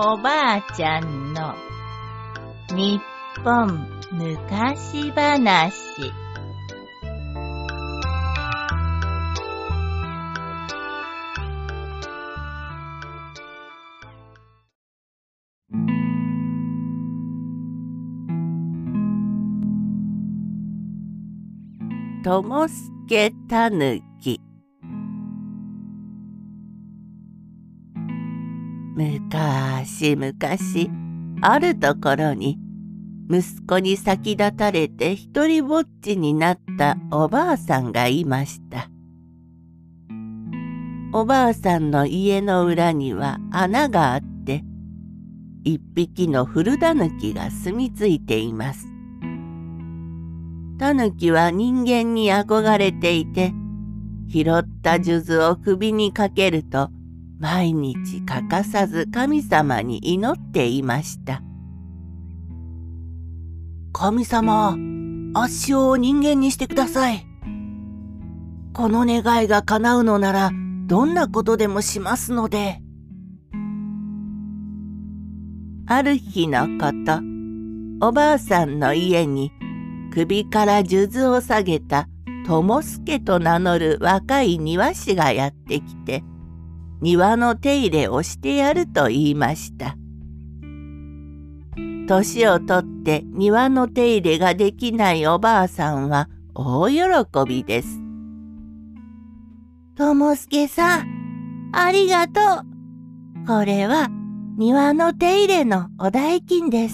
おばあちゃんの日本昔話。ともすけたぬき。むかしむかし、あるところに息子に先立たれて一りぼっちになったおばあさんがいました。おばあさんの家の裏には穴があって、一匹の古タヌキが住み着いています。タヌキは人間に憧れていて、拾った数珠を首にかけると、毎日欠かさず神様に祈っていました。神様、あっしを人間にしてください。この願いが叶うのなら、どんなことでもしますので。ある日のこと、おばあさんの家に首から数珠を下げた友助と名乗る若い庭師がやってきて、庭の手入れをしてやると言いました。年をとって庭の手入れができないおばあさんは大喜びです。友助さん、ありがとう。これは庭の手入れのお代金です。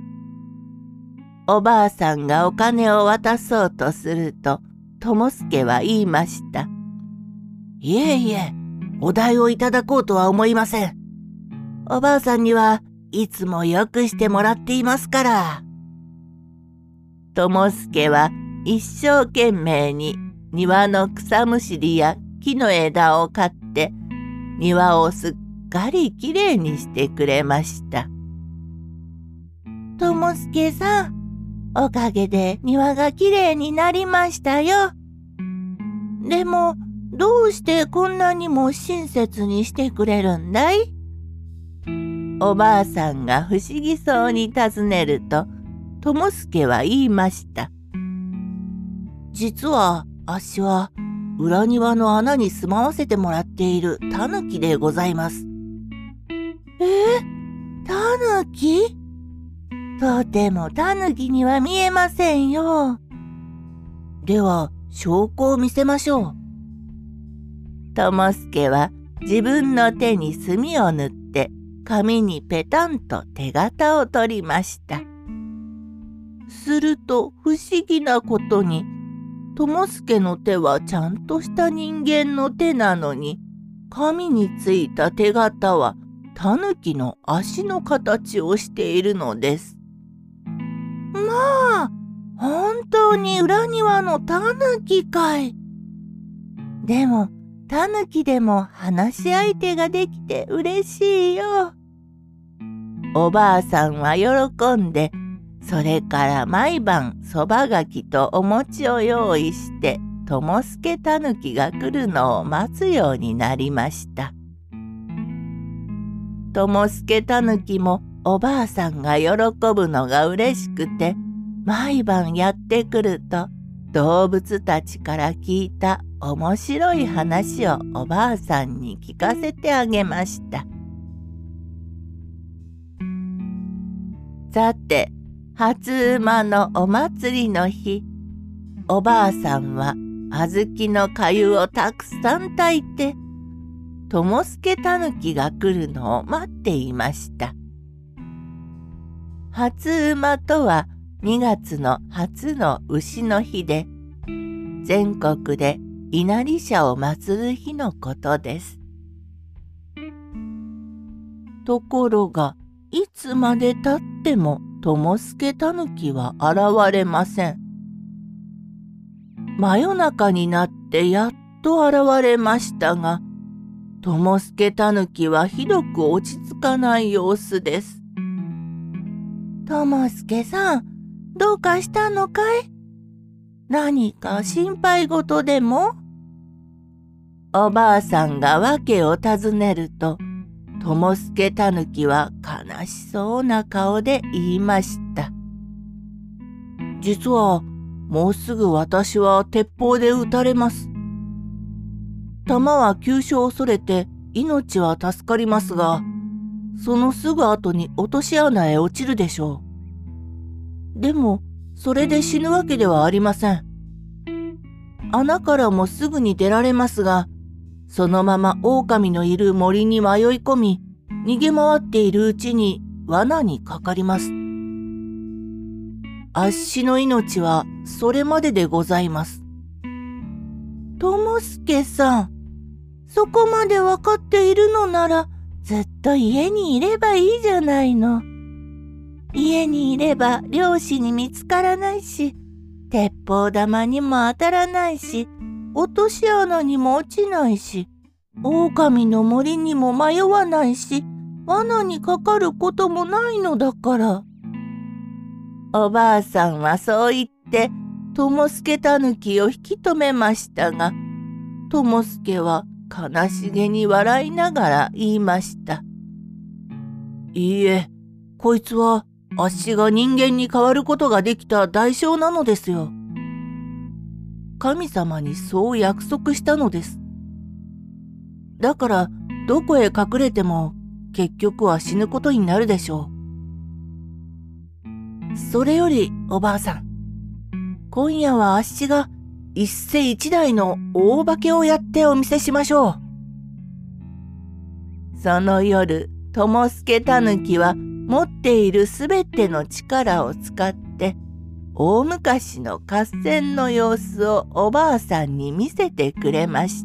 おばあさんがお金を渡そうとすると、友助は言いました。いえいえ、お代をいただこうとは思いません。おばあさんにはいつもよくしてもらっていますから。友助は一生懸命に庭の草むしりや木の枝を刈って庭をすっかりきれいにしてくれました。友助さん、おかげで庭がきれいになりましたよ。でも、どうしてこんなにも親切にしてくれるんだい？おばあさんが不思議そうに尋ねると、友助は言いました。実は、あっしは、裏庭の穴に住まわせてもらっているタヌキでございます。タヌキ？とてもタヌキには見えませんよ。では、証拠を見せましょう。友助は自分の手に墨を塗って紙にペタンと手形を取りました。すると不思議なことに、友助の手はちゃんとした人間の手なのに、紙についた手形はタヌキの足の形をしているのです。まあ、本当に裏庭のタヌキかい。でも、タヌキでも話し相手ができて嬉しいよ。おばあさんは喜んで、それから毎晩そばがきとお餅を用意して、友助タヌキが来るのを待つようになりました。友助タヌキもおばあさんが喜ぶのが嬉しくて、毎晩やってくると、動物たちから聞いた面白い話をおばあさんに聞かせてあげました。さて、初午のお祭りの日、おばあさんは小豆の粥をたくさん炊いて、友助タヌキが来るのを待っていました。初午とは2月の初の牛の日で、全国で稲荷社を祀る日のことです。ところが、いつまでたっても友助タヌキは現れません。真夜中になってやっと現れましたが、友助タヌキはひどく落ち着かない様子です。友助さん、どうかしたのかい？何か心配事でも？おばあさんが訳を尋ねると、 友助たぬきは悲しそうな顔で言いました。実はもうすぐ私は鉄砲で撃たれます。弾は急所を恐れて命は助かりますが、そのすぐ後に落とし穴へ落ちるでしょう。でもそれで死ぬわけではありません。穴からもすぐに出られますが、そのまま狼のいる森に迷い込み、逃げ回っているうちに罠にかかります。あっしの命はそれまででございます。友助さん、そこまでわかっているのなら、ずっと家にいればいいじゃないの。家にいれば漁師に見つからないし、鉄砲玉にも当たらないし、落とし穴にも落ちないし、狼の森にも迷わないし、罠にかかることもないのだから。おばあさんはそう言って、友助たぬきを引き止めましたが、友助は悲しげに笑いながら言いました。いいえ、こいつはあっしが人間に変わることができた代償なのですよ。神様にそう約束したのです。だからどこへ隠れても結局は死ぬことになるでしょう。それよりおばあさん、今夜はあっしが一世一代の大化けをやってお見せしましょう。その夜、友助たぬきは持っているすべての力を使って大昔の合戦の様子をおばあさんに見せてくれました。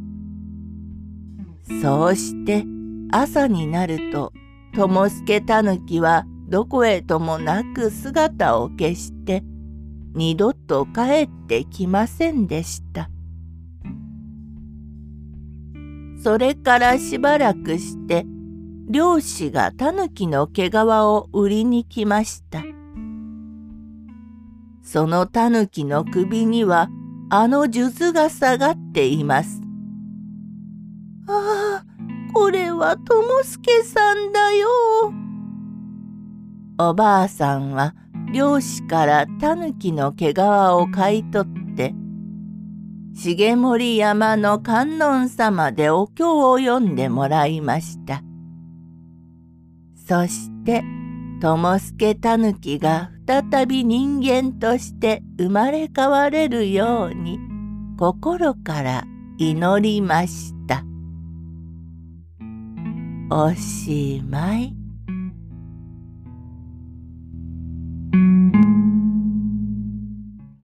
そうして朝になると友助たぬきはどこへともなく姿を消して二度と帰ってきませんでした。それからしばらくして漁師がタヌキの毛皮を売りに来ました。そのタヌキの首にはあの数珠が下がっています。ああ、これは友助さんだよ。おばあさんは漁師からタヌキの毛皮を買い取って重森山の観音様でお経を読んでもらいました。そして友助たぬきが再び人間として生まれ変われるように心から祈りました。おしまい。